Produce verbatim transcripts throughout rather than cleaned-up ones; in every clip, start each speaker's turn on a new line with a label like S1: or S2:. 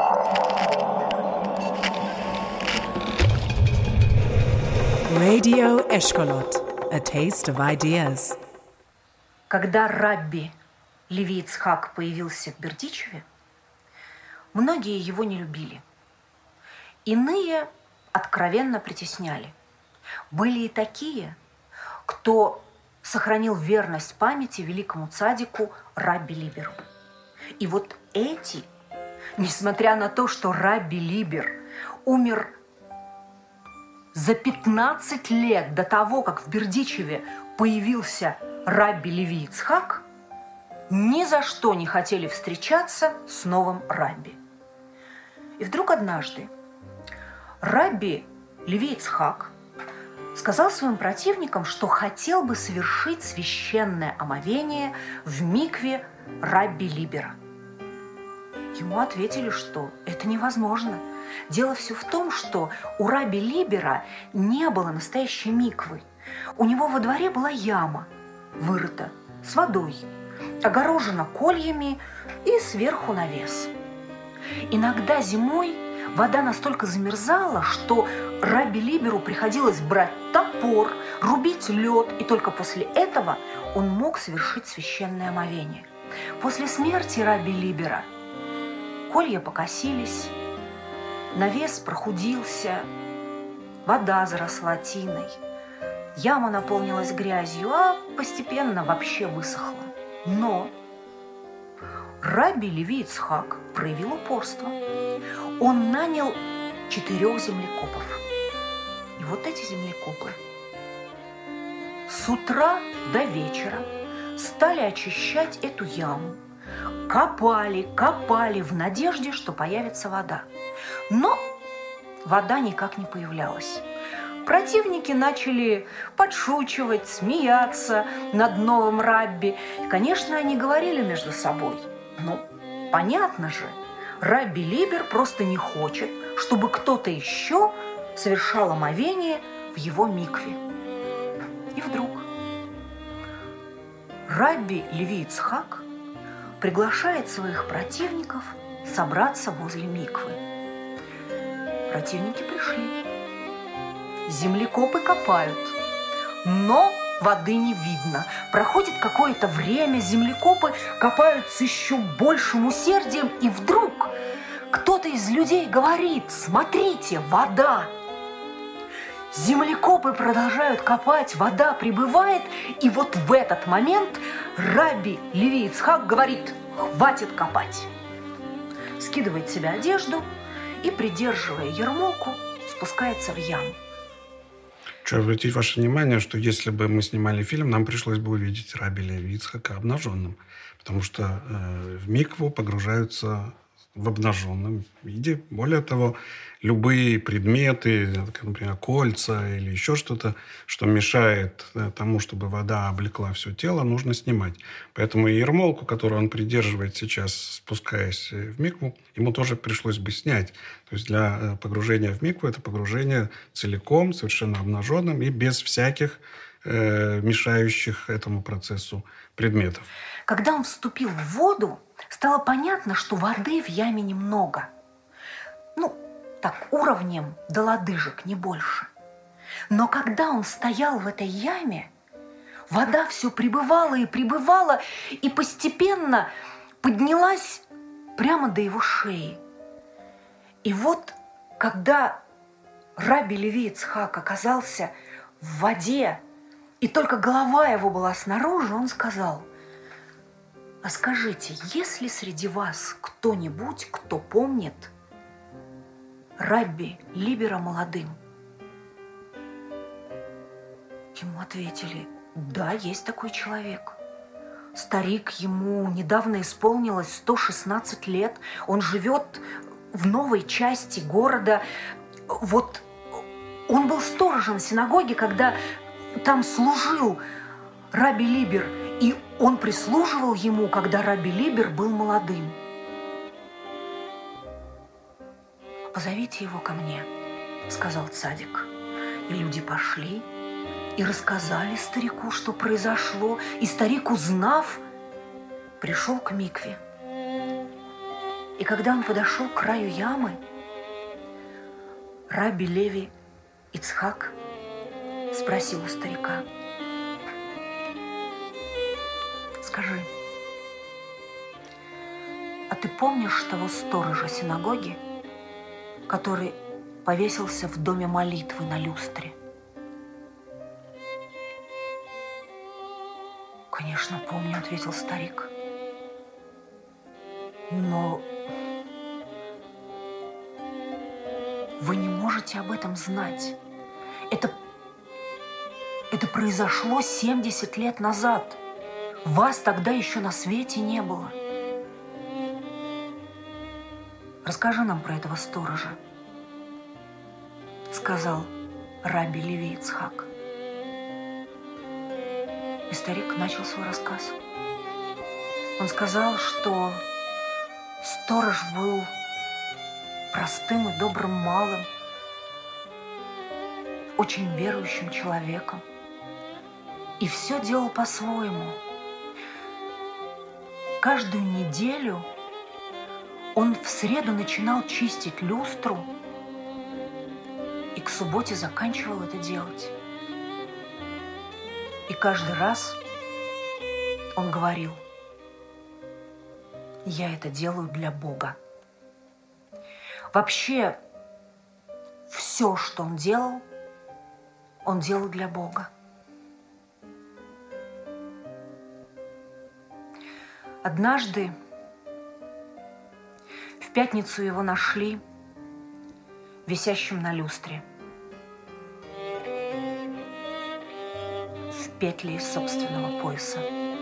S1: Radio Eshkolot, a taste of ideas.
S2: Когда Рабби Леви Ицхак появился в Бердичеве, многие его не любили. Иные откровенно притесняли. Были и такие, кто сохранил верность памяти великому цадику Рабби Либеру. И вот эти, несмотря на то, что Рабби Либер умер за пятнадцать лет до того, как в Бердичеве появился Рабби Леви Ицхак, ни за что не хотели встречаться с новым Рабби. И вдруг однажды Рабби Леви Ицхак сказал своим противникам, что хотел бы совершить священное омовение в микве Рабби Либера. Ему ответили, что это невозможно. Дело все в том, что у Рабби Либера не было настоящей миквы. У него во дворе была яма, вырыта с водой, огорожена кольями и сверху навес. Иногда зимой вода настолько замерзала, что Рабби Либеру приходилось брать топор, рубить лед, и только после этого он мог совершить священное омовение. После смерти Рабби Либера колья покосились, навес прохудился, вода заросла тиной, яма наполнилась грязью, а постепенно вообще высохла. Но Рабби Леви Ицхак проявил упорство. Он нанял четырех землекопов. И вот эти землекопы с утра до вечера стали очищать эту яму. Копали, копали в надежде, что появится вода. Но вода никак не появлялась. Противники начали подшучивать, смеяться над новым Рабби. И, конечно, они говорили между собой: ну, понятно же, Рабби Либер просто не хочет, чтобы кто-то еще совершал омовение в его микве. И вдруг Рабби Леви Ицхак приглашает своих противников собраться возле миквы. Противники пришли. Землекопы копают, но воды не видно. Проходит какое-то время, землекопы копают с еще большим усердием, и вдруг кто-то из людей говорит: смотрите, вода! Землекопы продолжают копать, вода прибывает, и вот в этот момент Рабби Леви Ицхак говорит: хватит копать. Скидывает с себя одежду и, придерживая ермолку, спускается в яму.
S3: Хочу обратить ваше внимание, что если бы мы снимали фильм, нам пришлось бы увидеть Рабби Леви Ицхака обнаженным, потому что э, в микву погружаются в обнаженном виде. Более того, любые предметы, как, например, кольца или еще что-то, что мешает тому, чтобы вода облекла все тело, нужно снимать. Поэтому и ермолку, которую он придерживает сейчас, спускаясь в микву, ему тоже пришлось бы снять. То есть для погружения в микву это погружение целиком, совершенно обнаженным и без всяких э, мешающих этому процессу предметов.
S2: Когда он вступил в воду, стало понятно, что воды в яме немного. Ну, так, уровнем до лодыжек, не больше. Но когда он стоял в этой яме, вода все прибывала и прибывала, и постепенно поднялась прямо до его шеи. И вот, когда Рабби Леви Ицхак оказался в воде, и только голова его была снаружи, он сказал: а скажите, есть ли среди вас кто-нибудь, кто помнит Рабби Либера молодым? Ему ответили: да, есть такой человек. Старик, ему недавно исполнилось сто шестнадцать лет. Он живет в новой части города. Вот он был сторожем синагоги, когда там служил Рабби Либер. И он прислуживал ему, когда Рабби Либер был молодым. «Позовите его ко мне», — сказал цадик. И люди пошли и рассказали старику, что произошло. И старик, узнав, пришел к микве. И когда он подошел к краю ямы, Рабби Леви Ицхак спросил у старика: «Скажи, а ты помнишь того сторожа синагоги, который повесился в доме молитвы на люстре?» «Конечно, помню», — ответил старик. «Но вы не можете об этом знать. Это, это произошло семьдесят лет назад. Вас тогда еще на свете не было. Расскажи нам про этого сторожа», — сказал Рабби Леви Ицхак. И старик начал свой рассказ. Он сказал, что сторож был простым и добрым малым, очень верующим человеком, и все делал по-своему. Каждую неделю он в среду начинал чистить люстру и к субботе заканчивал это делать. И каждый раз он говорил: «Я это делаю для Бога». Вообще, все, что он делал, он делал для Бога. Однажды в пятницу его нашли висящим на люстре, в петле из собственного пояса.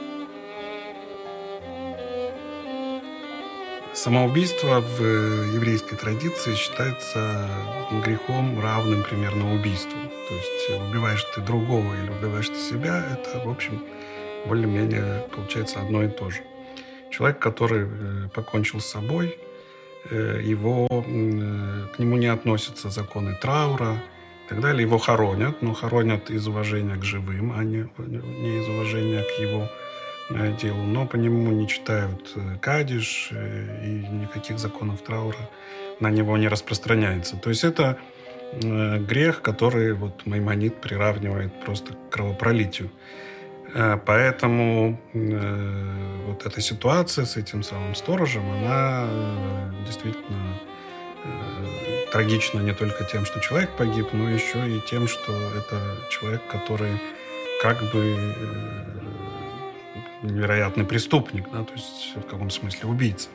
S3: Самоубийство в еврейской традиции считается грехом, равным примерно убийству. То есть убиваешь ты другого или убиваешь ты себя, это, в общем, более-менее получается одно и то же. Человек, который покончил с собой, его, к нему не относятся законы траура и так далее. Его хоронят, но хоронят из уважения к живым, а не, не из уважения к его делу. Но по нему не читают кадиш, и никаких законов траура на него не распространяется. То есть это грех, который вот Маймонид приравнивает просто к кровопролитию. Поэтому э, вот эта ситуация с этим самым сторожем, она э, действительно э, трагична не только тем, что человек погиб, но еще и тем, что это человек, который как бы э, невероятный преступник, да, то есть в каком смысле убийца.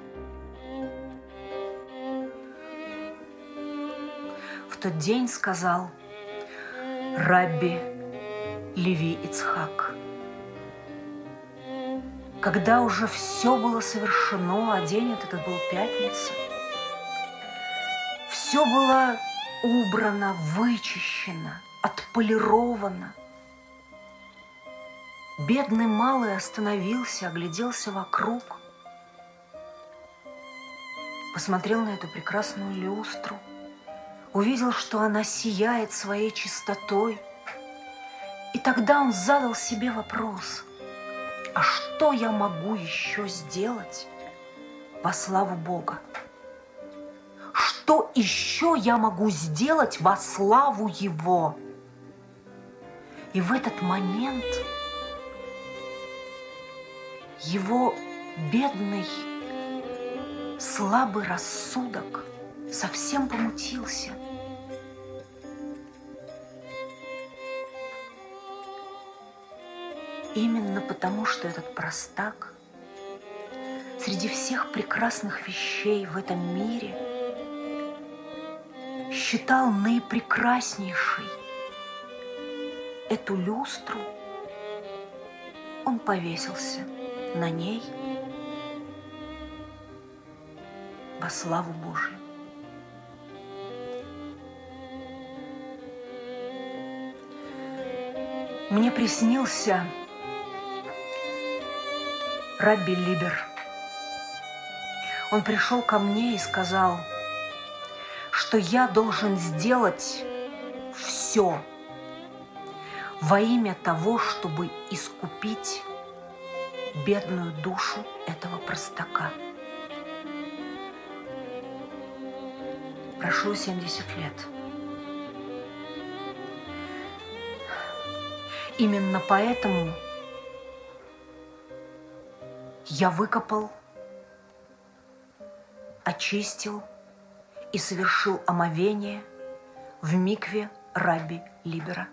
S2: В тот день сказал Рабби Леви Ицхак: когда уже все было совершено, а день этот был пятница, все было убрано, вычищено, отполировано. Бедный малый остановился, огляделся вокруг, посмотрел на эту прекрасную люстру, увидел, что она сияет своей чистотой. И тогда он задал себе вопрос: а что я могу еще сделать во славу Бога? Что еще я могу сделать во славу Его? И в этот момент его бедный, слабый рассудок совсем помутился. Именно потому, что этот простак среди всех прекрасных вещей в этом мире считал наипрекраснейшей эту люстру, он повесился на ней во славу Божию. Мне приснился Рабби Либер. Он пришел ко мне и сказал, что я должен сделать все во имя того, чтобы искупить бедную душу этого простака. прошло семьдесят лет. Именно поэтому я выкопал, очистил и совершил омовение в микве Рабби Либера.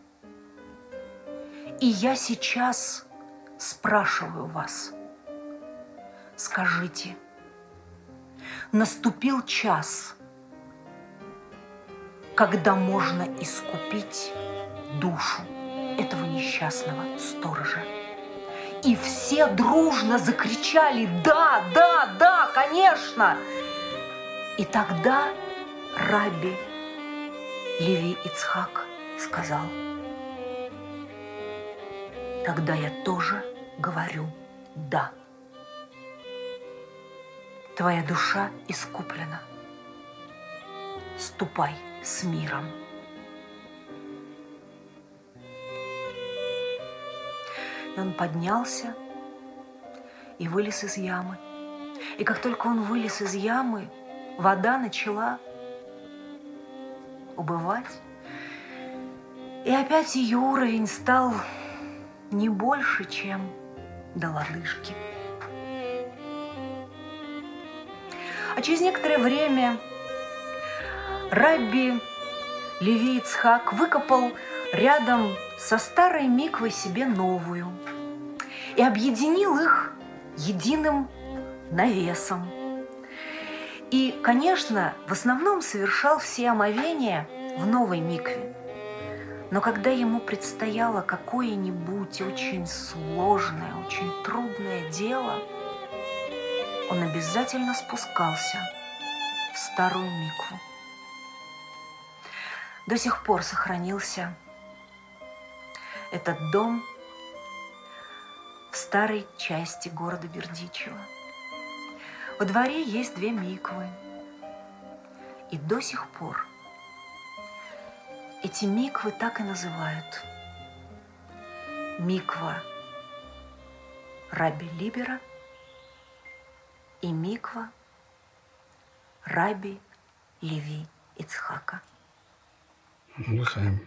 S2: И я сейчас спрашиваю вас, скажите, наступил час, когда можно искупить душу этого несчастного сторожа? И все дружно закричали: да, да, да, конечно! И тогда Рабби Леви Ицхак сказал: тогда я тоже говорю «да». Твоя душа искуплена. Ступай с миром. И он поднялся и вылез из ямы. И как только он вылез из ямы, вода начала убывать. И опять ее уровень стал не больше, чем до лодыжки. А через некоторое время Рабби Леви Ицхак выкопал рядом со старой миквой себе новую и объединил их единым навесом. И, конечно, в основном совершал все омовения в новой микве. Но когда ему предстояло какое-нибудь очень сложное, очень трудное дело, он обязательно спускался в старую микву. До сих пор сохранился этот дом в старой части города Бердичево. Во дворе есть две миквы. И до сих пор эти миквы так и называют: миква Рабби Либера и миква Рабби Леви Ицхака.
S3: Лыхаем.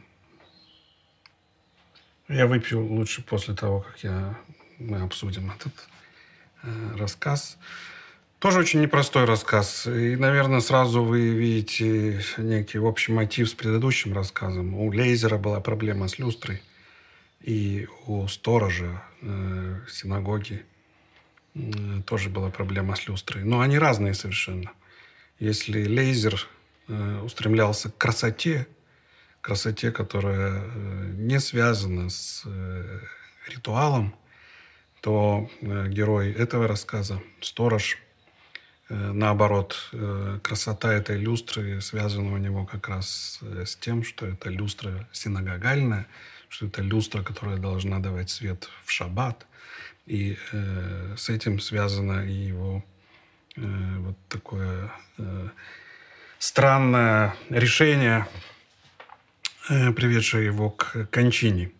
S3: Я выпью лучше после того, как я, мы обсудим этот э, рассказ. Тоже очень непростой рассказ. И, наверное, сразу вы видите некий общий мотив с предыдущим рассказом. У Лейзера была проблема с люстрой. И у сторожа э, синагоги э, тоже была проблема с люстрой. Но они разные совершенно. Если Лейзер э, устремлялся к красоте, красоте, которая э, не связана с э, ритуалом, то э, герой этого рассказа, сторож, наоборот, красота этой люстры связана у него как раз с тем, что это люстра синагогальная, что это люстра, которая должна давать свет в шаббат. И э, с этим связано и его э, вот такое э, странное решение, э, приведшее его к кончине.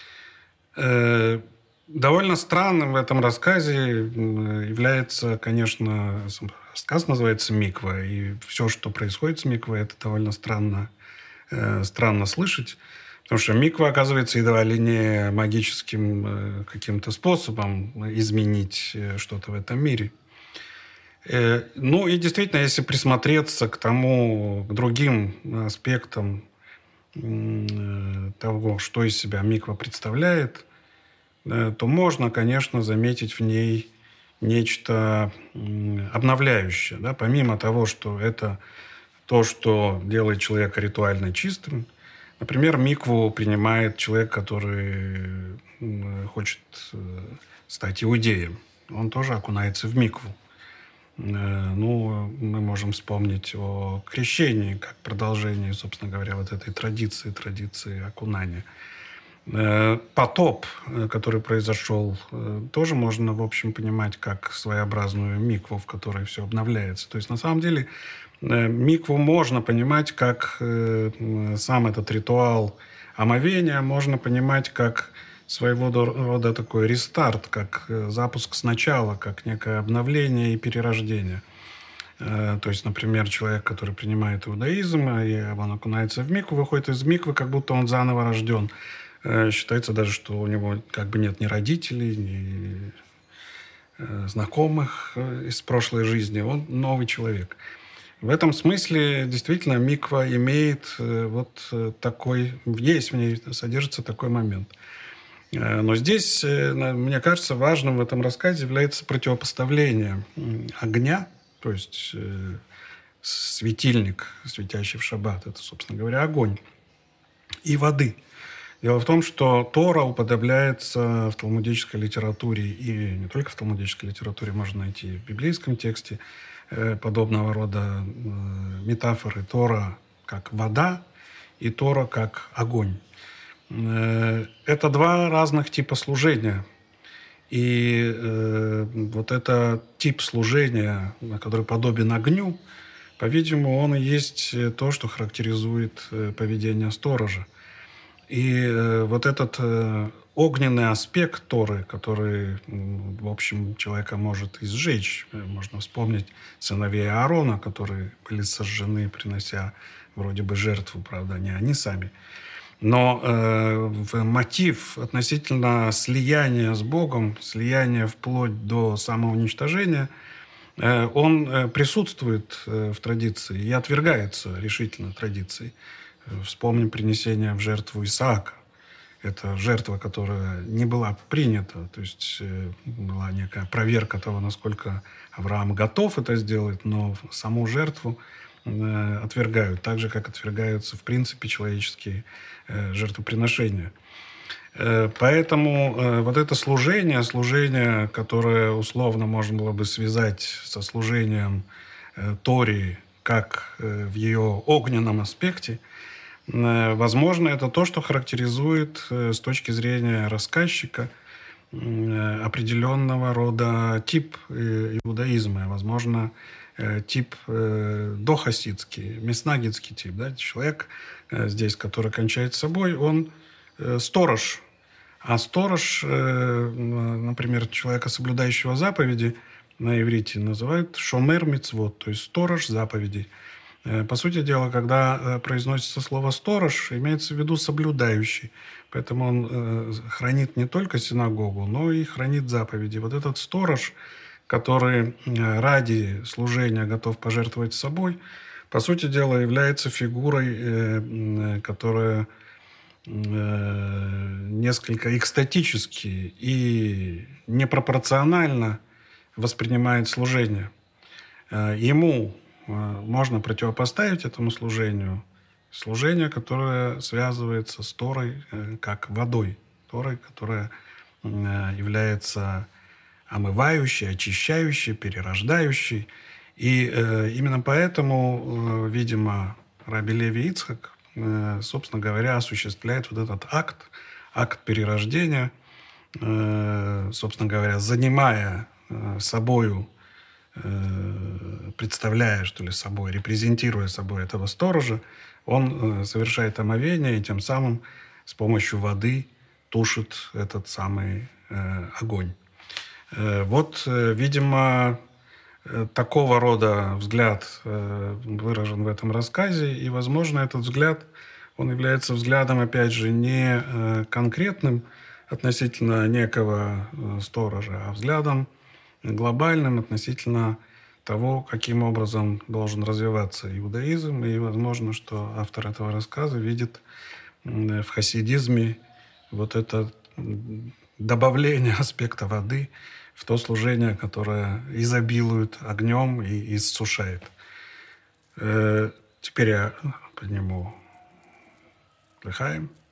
S3: Э, Довольно странным в этом рассказе является, конечно, рассказ называется «Миква», и все, что происходит с миквой, это довольно странно, э, странно слышать, потому что миква, оказывается, едва ли не магическим э, каким-то способом изменить что-то в этом мире. Э, ну и действительно, если присмотреться к тому, к другим аспектам э, того, что из себя миква представляет, то можно, конечно, заметить в ней нечто обновляющее. Да? Помимо того, что это то, что делает человека ритуально чистым. Например, микву принимает человек, который хочет стать иудеем. Он тоже окунается в микву. Ну, мы можем вспомнить о крещении, как продолжение, собственно говоря, вот этой традиции, традиции окунания. Потоп, который произошел, тоже можно, в общем, понимать как своеобразную микву, в которой все обновляется. То есть, на самом деле, микву можно понимать как сам этот ритуал омовения, можно понимать как своего рода такой рестарт, как запуск сначала, как некое обновление и перерождение. То есть, например, человек, который принимает иудаизм, и он окунается в микву, выходит из миквы, как будто он заново рожден. Считается даже, что у него как бы нет ни родителей, ни знакомых из прошлой жизни. Он новый человек. В этом смысле действительно миква имеет вот такой, есть в ней, содержится такой момент. Но здесь, мне кажется, важным в этом рассказе является противопоставление огня, то есть светильник, светящий в шаббат, это, собственно говоря, огонь, и воды. Дело в том, что Тора уподобляется в талмудической литературе, и не только в талмудической литературе, можно найти и в библейском тексте подобного рода метафоры. Тора как вода и Тора как огонь. Это два разных типа служения. И э, вот этот тип служения, который подобен огню, по-видимому, он и есть то, что характеризует поведение сторожа. И э, вот этот э, огненный аспект Торы, который, в общем, человека может изжечь. Можно вспомнить сыновей Аарона, которые были сожжены, принося вроде бы жертву, правда, не они сами. Но э, мотив относительно слияния с Богом, слияния вплоть до самоуничтожения, э, он э, присутствует э, в традиции и отвергается решительно традицией. Вспомним принесение в жертву Исаака. Это жертва, которая не была принята, то есть э, была некая проверка того, насколько Авраам готов это сделать, но саму жертву э, отвергают, так же, как отвергаются, в принципе, человеческие жертвоприношения. Поэтому вот это служение, служение, которое условно можно было бы связать со служением Торе, как в ее огненном аспекте, возможно, это то, что характеризует с точки зрения рассказчика определенного рода тип иудаизма, возможно, тип дохасидский, меснагитский тип. Да? Человек здесь, который кончает с собой, он сторож. А сторож, например, человека, соблюдающего заповеди, на иврите называют шомер мицвот, то есть сторож заповедей. По сути дела, когда произносится слово «сторож», имеется в виду соблюдающий. Поэтому он хранит не только синагогу, но и хранит заповеди. Вот этот сторож, который ради служения готов пожертвовать собой, по сути дела, является фигурой, которая несколько экстатически и непропорционально воспринимает служение. Ему можно противопоставить этому служению служение, которое связывается с Торой как водой. Торой, которая является омывающей, очищающей, перерождающей. И э, именно поэтому, э, видимо, Раби Леви Ицхак, э, собственно говоря, осуществляет вот этот акт, акт перерождения, э, собственно говоря, занимая э, собою, э, представляя, что ли, собой, репрезентируя собой этого сторожа, он э, совершает омовение и тем самым с помощью воды тушит этот самый э, огонь. Э, вот, э, видимо, такого рода взгляд выражен в этом рассказе, и, возможно, этот взгляд, он является взглядом, опять же, не конкретным относительно некого сторожа, а взглядом глобальным относительно того, каким образом должен развиваться иудаизм, и, возможно, что автор этого рассказа видит в хасидизме вот это добавление аспекта воды в то служение, которое изобилует огнем и иссушает. Теперь я подниму лихаим.